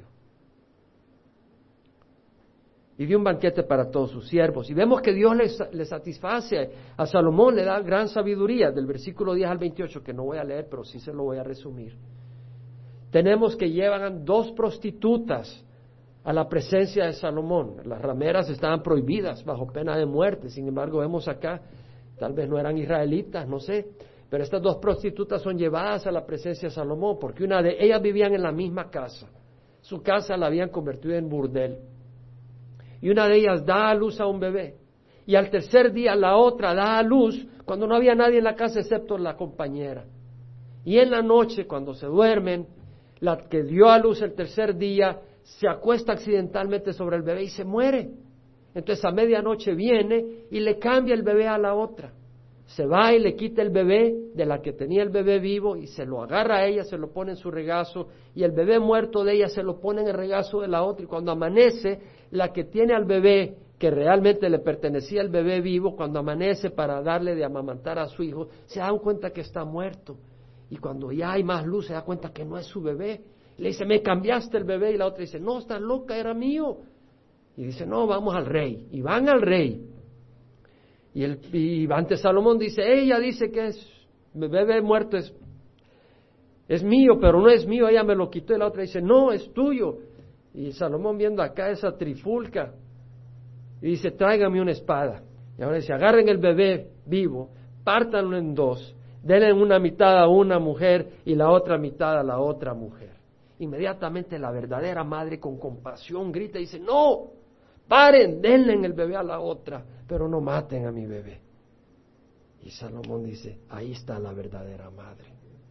Speaker 1: Y dio un banquete para todos sus siervos. Y vemos que Dios le, le satisface a Salomón, le da gran sabiduría, del versículo diez al veintiocho, que no voy a leer, pero sí se lo voy a resumir. Tenemos que llevan dos prostitutas a la presencia de Salomón. Las rameras estaban prohibidas bajo pena de muerte. Sin embargo, vemos acá, tal vez no eran israelitas, no sé, pero estas dos prostitutas son llevadas a la presencia de Salomón, porque una de ellas vivían en la misma casa. Su casa la habían convertido en burdel. Y una de ellas da a luz a un bebé. Y al tercer día la otra da a luz cuando no había nadie en la casa excepto la compañera. Y en la noche, cuando se duermen, la que dio a luz el tercer día se acuesta accidentalmente sobre el bebé y se muere. Entonces a medianoche viene y le cambia el bebé a la otra. Se va y le quita el bebé de la que tenía el bebé vivo y se lo agarra a ella, se lo pone en su regazo, y el bebé muerto de ella se lo pone en el regazo de la otra. Y cuando amanece, la que tiene al bebé, que realmente le pertenecía al bebé vivo, cuando amanece para darle de amamantar a su hijo, se dan cuenta que está muerto. Y cuando ya hay más luz, se da cuenta que no es su bebé. Le dice, me cambiaste el bebé, y la otra dice, no, estás loca, era mío. Y dice, no, vamos al rey. Y van al rey. Y, el, y ante Salomón dice, ella dice que es, mi bebé muerto es, es mío, pero no es mío, ella me lo quitó. Y la otra dice, no, es tuyo. Y Salomón viendo acá esa trifulca, y dice, tráigame una espada. Y ahora dice, agarren el bebé vivo, pártanlo en dos, denle una mitad a una mujer y la otra mitad a la otra mujer. Inmediatamente la verdadera madre con compasión grita y dice, no, paren, denle el bebé a la otra, pero no maten a mi bebé. Y Salomón dice, ahí está la verdadera madre.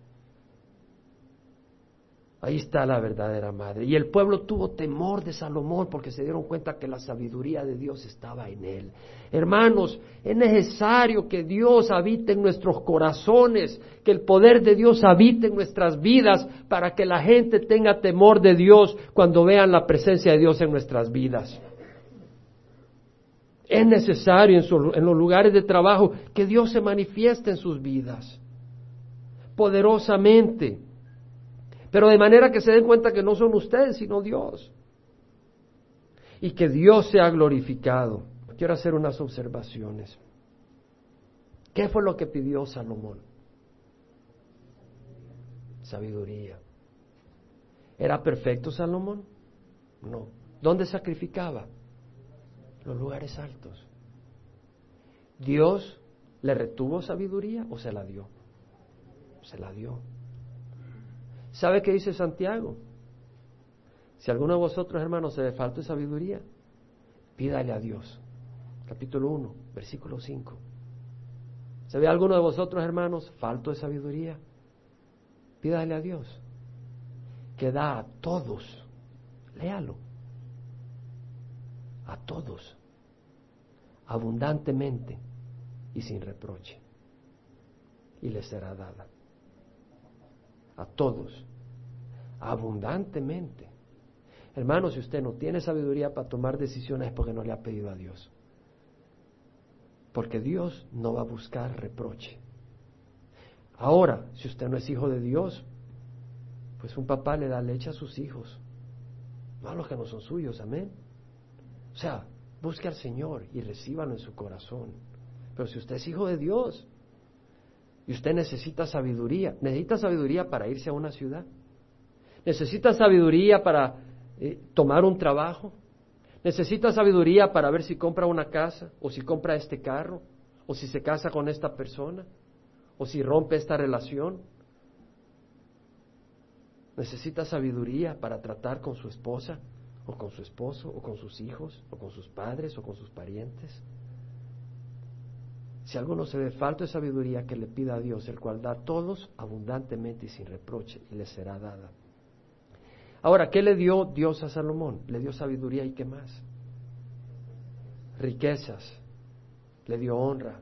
Speaker 1: Ahí está la verdadera madre. Y el pueblo tuvo temor de Salomón porque se dieron cuenta que la sabiduría de Dios estaba en él. Hermanos, es necesario que Dios habite en nuestros corazones, que el poder de Dios habite en nuestras vidas para que la gente tenga temor de Dios cuando vean la presencia de Dios en nuestras vidas. Es necesario en, su, en los lugares de trabajo que Dios se manifieste en sus vidas poderosamente. Pero de manera que se den cuenta que no son ustedes, sino Dios. Y que Dios sea glorificado. Quiero hacer unas observaciones. ¿Qué fue lo que pidió Salomón? Sabiduría. ¿Era perfecto Salomón? No. ¿Dónde sacrificaba? Los lugares altos. ¿Dios le retuvo sabiduría o se la dio? Se la dio. ¿Sabe qué dice Santiago? Si a alguno de vosotros, hermanos, se le falta sabiduría, pídale a Dios. Capítulo uno, versículo cinco. ¿Se ve a alguno de vosotros, hermanos, falto de sabiduría? Pídale a Dios, que da a todos. Léalo. A todos. Abundantemente y sin reproche. Y les será dada. A todos, abundantemente. Hermano, si usted no tiene sabiduría para tomar decisiones es porque no le ha pedido a Dios. Porque Dios no va a buscar reproche. Ahora, si usted no es hijo de Dios, pues un papá le da leche a sus hijos, no a los que no son suyos, amén. O sea, busque al Señor y recíbalo en su corazón. Pero si usted es hijo de Dios, y usted necesita sabiduría. Necesita sabiduría para irse a una ciudad. Necesita sabiduría para eh, tomar un trabajo. Necesita sabiduría para ver si compra una casa, o si compra este carro, o si se casa con esta persona, o si rompe esta relación. Necesita sabiduría para tratar con su esposa, o con su esposo, o con sus hijos, o con sus padres, o con sus parientes. Si a alguno se ve falta de sabiduría, que le pida a Dios, el cual da a todos abundantemente y sin reproche, y le será dada. Ahora, ¿qué le dio Dios a Salomón? Le dio sabiduría y ¿qué más? Riquezas, le dio honra,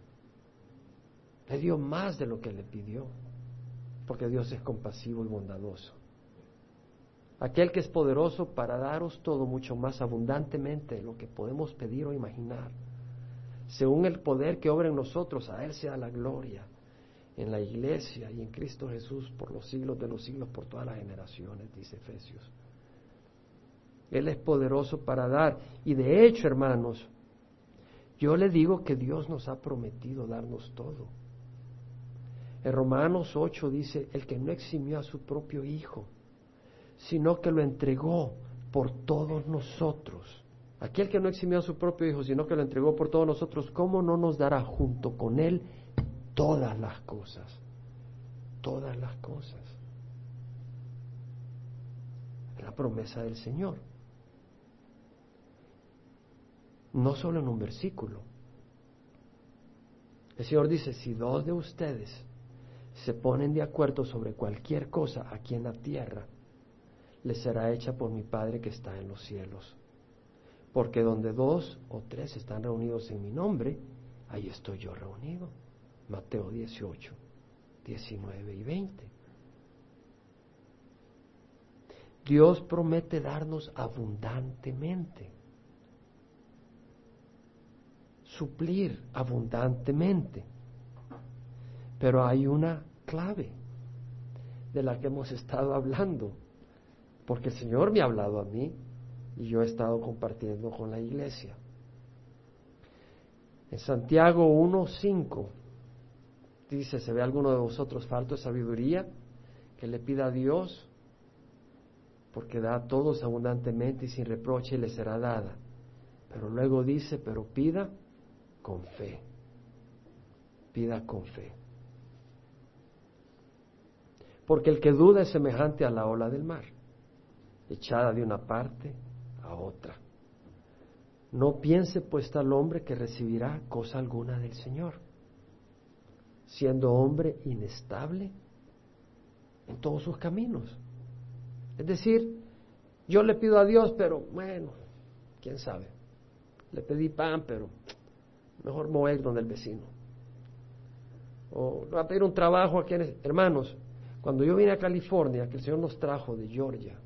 Speaker 1: le dio más de lo que le pidió, porque Dios es compasivo y bondadoso. aquel que es poderoso para daros todo mucho más abundantemente de lo que podemos pedir o imaginar, según el poder que obra en nosotros. A Él sea la gloria en la iglesia y en Cristo Jesús por los siglos de los siglos, por todas las generaciones, dice Efesios. Él es poderoso para dar. Y de hecho, hermanos, yo le digo que Dios nos ha prometido darnos todo. En Romanos ocho dice, el que no eximió a su propio Hijo, sino que lo entregó por todos nosotros. Aquel que no eximió a su propio Hijo, sino que lo entregó por todos nosotros, ¿cómo no nos dará junto con Él todas las cosas? Todas las cosas. Es la promesa del Señor. No solo en un versículo. El Señor dice, si dos de ustedes se ponen de acuerdo sobre cualquier cosa aquí en la tierra, les será hecha por mi Padre que está en los cielos. Porque donde dos o tres están reunidos en mi nombre, ahí estoy yo reunido. Mateo dieciocho, diecinueve y veinte. Dios promete darnos abundantemente, suplir abundantemente. Pero hay una clave de la que hemos estado hablando, porque el Señor me ha hablado a mí y yo he estado compartiendo con la iglesia. En Santiago uno cinco dice, ¿se ve alguno de vosotros falto de sabiduría? Que le pida a Dios, porque da a todos abundantemente y sin reproche y le será dada. Pero luego dice, pero pida con fe. Pida con fe. Porque el que duda es semejante a la ola del mar, echada de una parte a otra. No piense pues tal hombre que recibirá cosa alguna del Señor, siendo hombre inestable en todos sus caminos. Es decir, yo le pido a Dios, pero bueno, quién sabe. Le pedí pan, pero mejor me voy a ir donde el vecino. O le voy a pedir un trabajo aquí en... Hermanos, cuando yo vine a California, que el Señor nos trajo de Georgia,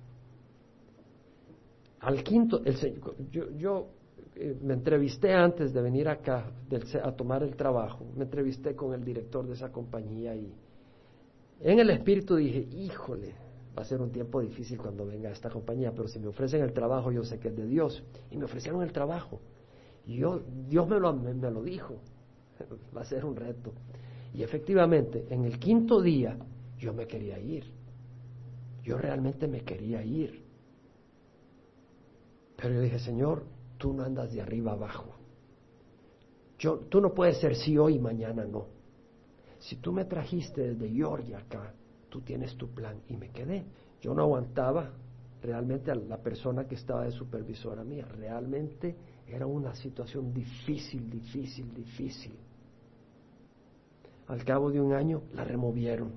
Speaker 1: al quinto, el, yo, yo eh, me entrevisté antes de venir acá del, a tomar el trabajo, me entrevisté con el director de esa compañía y en el espíritu dije, híjole, va a ser un tiempo difícil cuando venga a esta compañía, pero si me ofrecen el trabajo yo sé que es de Dios. Y me ofrecieron el trabajo. Y yo, Dios me lo, me, me lo dijo, va a ser un reto. Y efectivamente, en el quinto día yo me quería ir. Yo realmente me quería ir. Pero yo dije, Señor, tú no andas de arriba abajo. Yo, tú no puedes ser sí hoy y mañana no. Si tú me trajiste desde Georgia acá, tú tienes tu plan. Y me quedé. Yo no aguantaba realmente a la persona que estaba de supervisora mía. Realmente era una situación difícil, difícil, difícil. Al cabo de un año la removieron.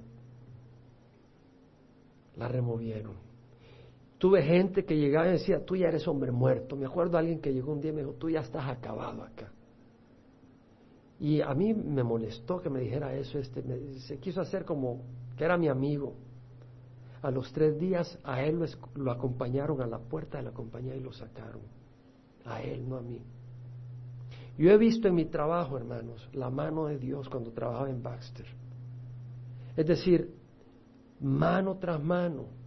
Speaker 1: La removieron. Tuve gente que llegaba y decía, tú ya eres hombre muerto. Me acuerdo de alguien que llegó un día y me dijo, tú ya estás acabado acá. Y a mí me molestó que me dijera eso. Este, me, se quiso hacer como que era mi amigo. A los tres días a él lo, lo acompañaron a la puerta de la compañía y lo sacaron. A él, no a mí. Yo he visto en mi trabajo, hermanos, la mano de Dios cuando trabajaba en Baxter. Es decir, mano tras mano.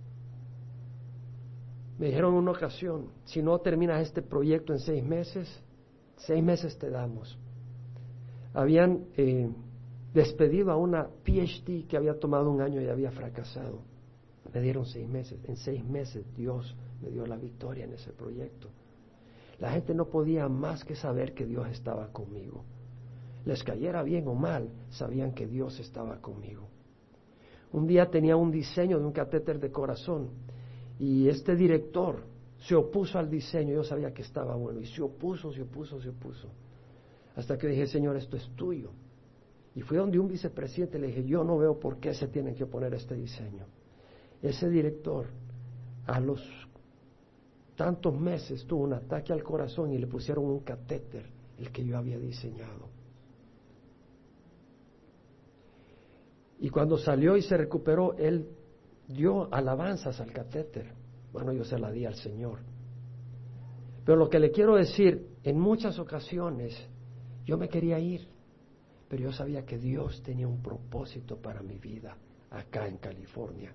Speaker 1: Me dijeron en una ocasión, si no terminas este proyecto en seis meses, seis meses te damos. Habían eh, despedido a una P H D que había tomado un año y había fracasado. Me dieron seis meses. En seis meses Dios me dio la victoria en ese proyecto. La gente no podía más que saber que Dios estaba conmigo. Les cayera bien o mal, sabían que Dios estaba conmigo. Un día tenía un diseño de un catéter de corazón y este director se opuso al diseño. Yo sabía que estaba bueno y se opuso, se opuso, se opuso. Hasta que dije, Señor, esto es tuyo. Y fui donde un vicepresidente, le dije, yo no veo por qué se tiene que oponer a este diseño. Ese director, a los tantos meses, tuvo un ataque al corazón y le pusieron un catéter, el que yo había diseñado. Y cuando salió y se recuperó, él dio alabanzas al catéter. Bueno, yo se la di al Señor. Pero lo que le quiero decir, en muchas ocasiones yo me quería ir, pero yo sabía que Dios tenía un propósito para mi vida acá en California.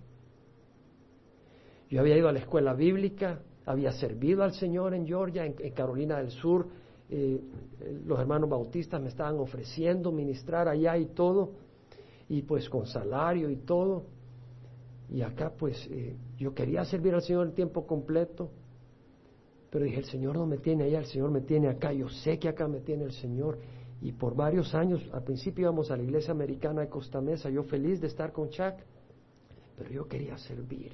Speaker 1: Yo había ido a la escuela bíblica, había servido al Señor en Georgia, en, en Carolina del Sur. Eh, los hermanos bautistas me estaban ofreciendo ministrar allá y todo, y pues con salario y todo. Y acá pues eh, yo quería servir al Señor en tiempo completo, pero dije, el Señor no me tiene allá, el Señor me tiene acá. Yo sé que acá me tiene el Señor. Y por varios años, al principio íbamos a la iglesia americana de Costa Mesa, yo feliz de estar con Chuck, pero yo quería servir.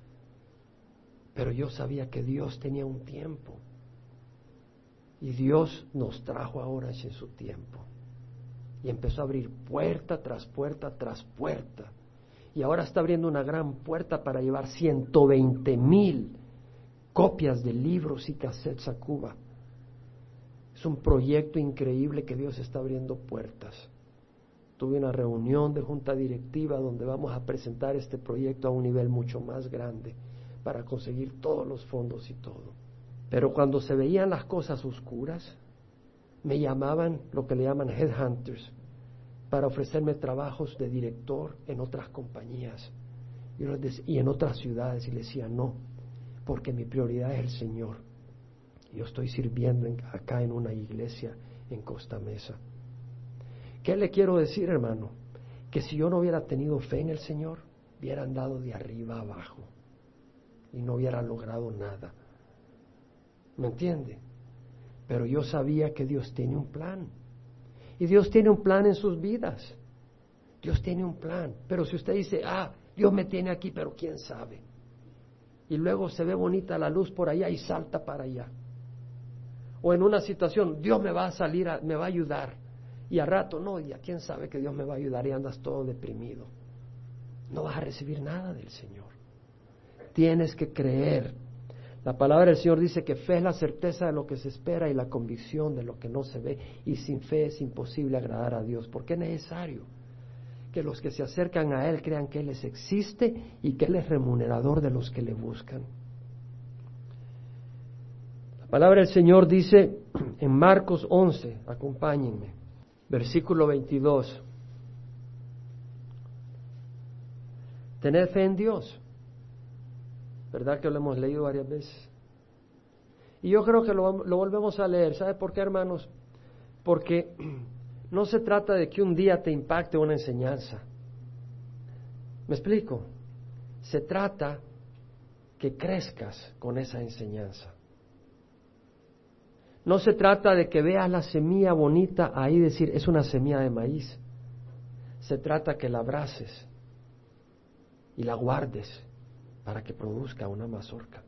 Speaker 1: Pero yo sabía que Dios tenía un tiempo. Y Dios nos trajo ahora en su tiempo. Y empezó a abrir puerta tras puerta tras puerta. Y ahora está abriendo una gran puerta para llevar ciento veinte mil copias de libros y cassettes a Cuba. Es un proyecto increíble que Dios está abriendo puertas. Tuve una reunión de junta directiva donde vamos a presentar este proyecto a un nivel mucho más grande para conseguir todos los fondos y todo. Pero cuando se veían las cosas oscuras, me llamaban lo que le llaman headhunters para ofrecerme trabajos de director en otras compañías y, les decía, y en otras ciudades, y le decía no, porque mi prioridad es el Señor. Yo estoy sirviendo en, acá en una iglesia en Costa Mesa. ¿Qué le quiero decir, hermano? Que si yo no hubiera tenido fe en el Señor, hubiera andado de arriba abajo y no hubiera logrado nada. ¿Me entiende? Pero yo sabía que Dios tiene un plan. Y Dios tiene un plan en sus vidas. Dios tiene un plan. Pero si usted dice, ah, Dios me tiene aquí, pero quién sabe. Y luego se ve bonita la luz por allá y salta para allá. O en una situación, Dios me va a salir, a, me va a ayudar. Y a rato, no, ya quién sabe que Dios me va a ayudar y andas todo deprimido. No vas a recibir nada del Señor. Tienes que creer. La palabra del Señor dice que fe es la certeza de lo que se espera y la convicción de lo que no se ve. Y sin fe es imposible agradar a Dios, porque es necesario que los que se acercan a Él crean que Él les existe y que Él es remunerador de los que le buscan. La palabra del Señor dice en Marcos once, acompáñenme, versículo veintidós. Tened fe en Dios. ¿Verdad que lo hemos leído varias veces? Y yo creo que lo, lo volvemos a leer. ¿Sabe por qué, hermanos? Porque no se trata de que un día te impacte una enseñanza. ¿Me explico? Se trata que crezcas con esa enseñanza. No se trata de que veas la semilla bonita ahí, decir, es una semilla de maíz. Se trata que la abraces y la guardes para que produzca una mazorca.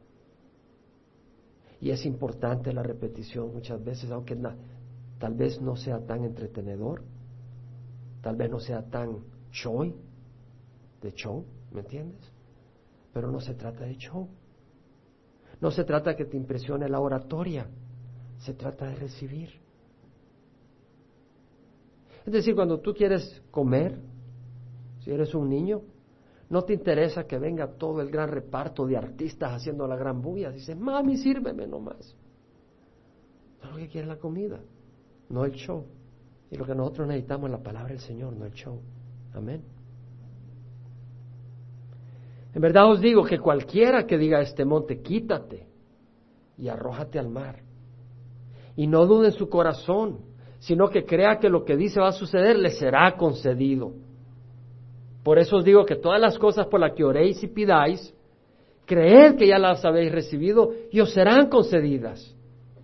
Speaker 1: Y es importante la repetición muchas veces, aunque na, tal vez no sea tan entretenedor, tal vez no sea tan show, de show, ¿me entiendes? Pero no se trata de show. No se trata de que te impresione la oratoria, se trata de recibir. Es decir, cuando tú quieres comer, si eres un niño, no te interesa que venga todo el gran reparto de artistas haciendo la gran bulla. Dices, mami, sírveme nomás. No es lo que quiere la comida, no el show. Y lo que nosotros necesitamos es la palabra del Señor, no el show. Amén. En verdad os digo que cualquiera que diga a este monte, quítate y arrójate al mar, y no dude en su corazón, sino que crea que lo que dice va a suceder, le será concedido. Por eso os digo que todas las cosas por las que oréis y pidáis, creed que ya las habéis recibido y os serán concedidas.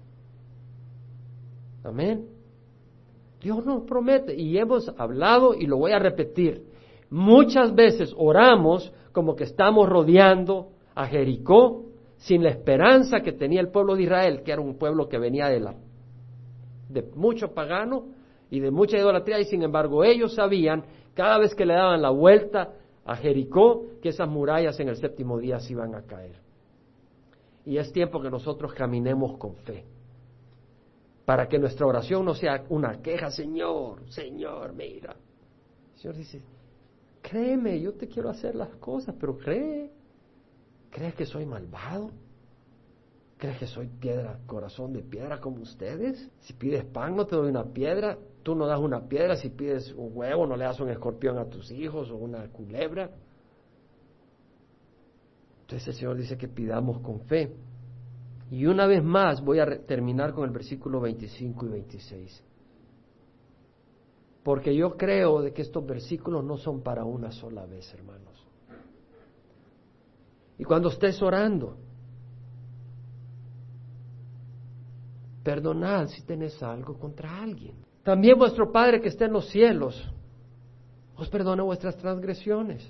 Speaker 1: Amén. Dios nos promete, y hemos hablado y lo voy a repetir. Muchas veces oramos como que estamos rodeando a Jericó sin la esperanza que tenía el pueblo de Israel, que era un pueblo que venía de, la, de mucho pagano y de mucha idolatría, y sin embargo ellos sabían, cada vez que le daban la vuelta a Jericó, que esas murallas en el séptimo día se iban a caer. Y es tiempo que nosotros caminemos con fe, para que nuestra oración no sea una queja, Señor, Señor, mira. El Señor dice, Créeme, yo te quiero hacer las cosas, pero cree. ¿Crees que soy malvado? ¿Crees que soy piedra, corazón de piedra como ustedes? Si pides pan no te doy una piedra, tú no das una piedra, si pides un huevo no le das un escorpión a tus hijos o una culebra. Entonces el Señor dice que pidamos con fe. Y una vez más voy a re- terminar con el versículo veinticinco y veintiséis. Porque yo creo de que estos versículos no son para una sola vez, hermanos. Y cuando estés orando, perdonad si tenés algo contra alguien. También vuestro Padre que está en los cielos os perdone vuestras transgresiones.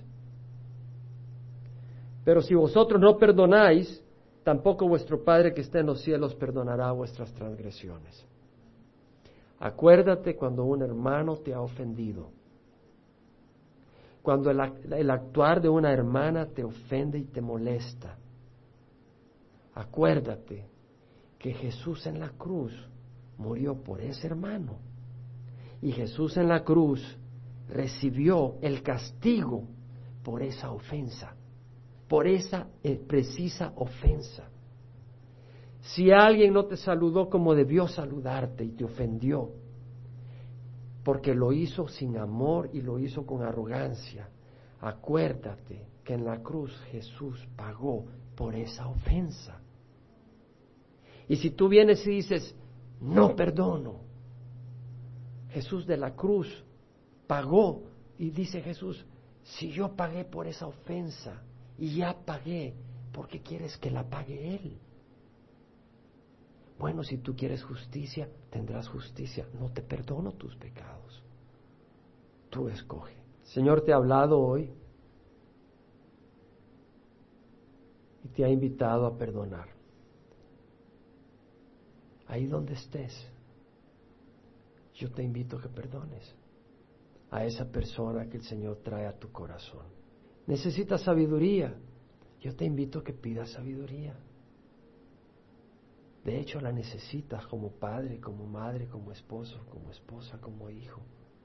Speaker 1: Pero si vosotros no perdonáis, tampoco vuestro Padre que está en los cielos perdonará vuestras transgresiones. Acuérdate cuando un hermano te ha ofendido, cuando el, el actuar de una hermana te ofende y te molesta. Acuérdate que Jesús en la cruz murió por ese hermano y Jesús en la cruz recibió el castigo por esa ofensa, por esa eh, precisa ofensa. Si alguien no te saludó como debió saludarte y te ofendió, porque lo hizo sin amor y lo hizo con arrogancia, acuérdate que en la cruz Jesús pagó por esa ofensa. Y si tú vienes y dices, no perdono, Jesús de la cruz pagó, y dice Jesús, si yo pagué por esa ofensa y ya pagué, ¿por qué quieres que la pague Él? Bueno, si tú quieres justicia, tendrás justicia. No te perdono tus pecados. Tú escoge. Señor te ha hablado hoy y te ha invitado a perdonar. Ahí donde estés, yo te invito a que perdones a esa persona que el Señor trae a tu corazón. Necesitas sabiduría. Yo te invito a que pidas sabiduría. De hecho, la necesitas como padre, como madre, como esposo, como esposa, como hijo.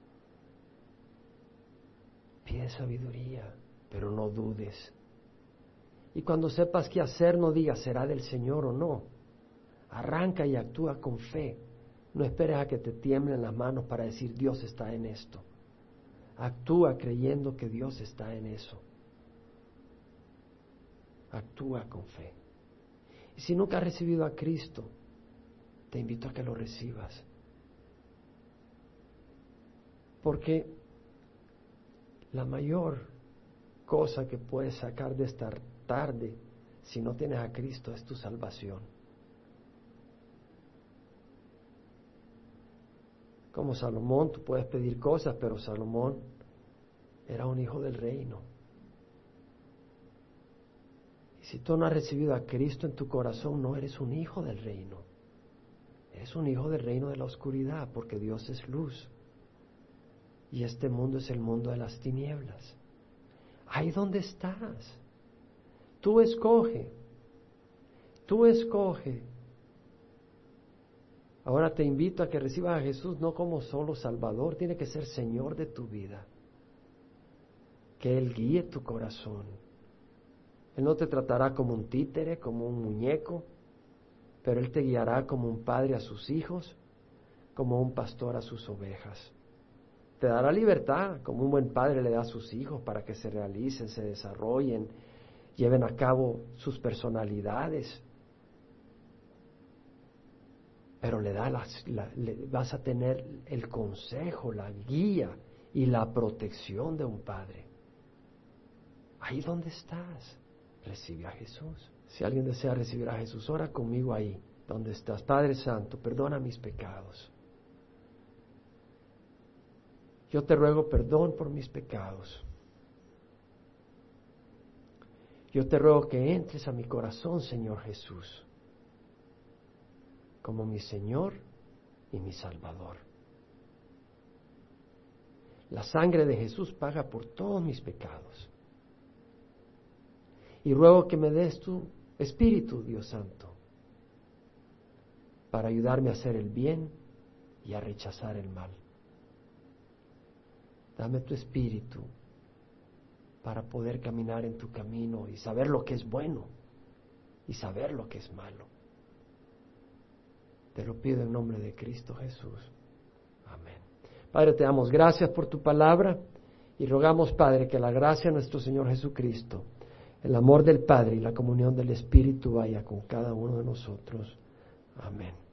Speaker 1: Pide sabiduría, pero no dudes. Y cuando sepas qué hacer, no digas, ¿será del Señor o no? Arranca y actúa con fe. No esperes a que te tiemblen las manos para decir, Dios está en esto. Actúa creyendo que Dios está en eso. Actúa con fe. Y si nunca has recibido a Cristo, te invito a que lo recibas. Porque la mayor cosa que puedes sacar de esta tarde, si no tienes a Cristo, es tu salvación. Como Salomón, tú puedes pedir cosas, pero Salomón era un hijo del reino. Si tú no has recibido a Cristo en tu corazón, no eres un hijo del reino. Eres un hijo del reino de la oscuridad, porque Dios es luz. Y este mundo es el mundo de las tinieblas. Ahí donde estás. Tú escoge. Tú escoge. Ahora te invito a que recibas a Jesús no como solo Salvador, tiene que ser Señor de tu vida. Que Él guíe tu corazón. Él no te tratará como un títere, como un muñeco, pero Él te guiará como un padre a sus hijos, como un pastor a sus ovejas. Te dará libertad, como un buen padre le da a sus hijos para que se realicen, se desarrollen, lleven a cabo sus personalidades. Pero le da las, la, le, vas a tener el consejo, la guía y la protección de un padre. Ahí donde estás. Recibe a Jesús. Si alguien desea recibir a Jesús, ora conmigo ahí, donde estás. Padre Santo, perdona mis pecados. Yo te ruego perdón por mis pecados. Yo te ruego que entres a mi corazón, Señor Jesús, como mi Señor y mi Salvador. La sangre de Jesús paga por todos mis pecados. Y ruego que me des tu Espíritu, Dios Santo, para ayudarme a hacer el bien y a rechazar el mal. Dame tu Espíritu para poder caminar en tu camino y saber lo que es bueno y saber lo que es malo. Te lo pido en nombre de Cristo Jesús. Amén. Padre, te damos gracias por tu palabra y rogamos, Padre, que la gracia de nuestro Señor Jesucristo, el amor del Padre y la comunión del Espíritu vaya con cada uno de nosotros. Amén.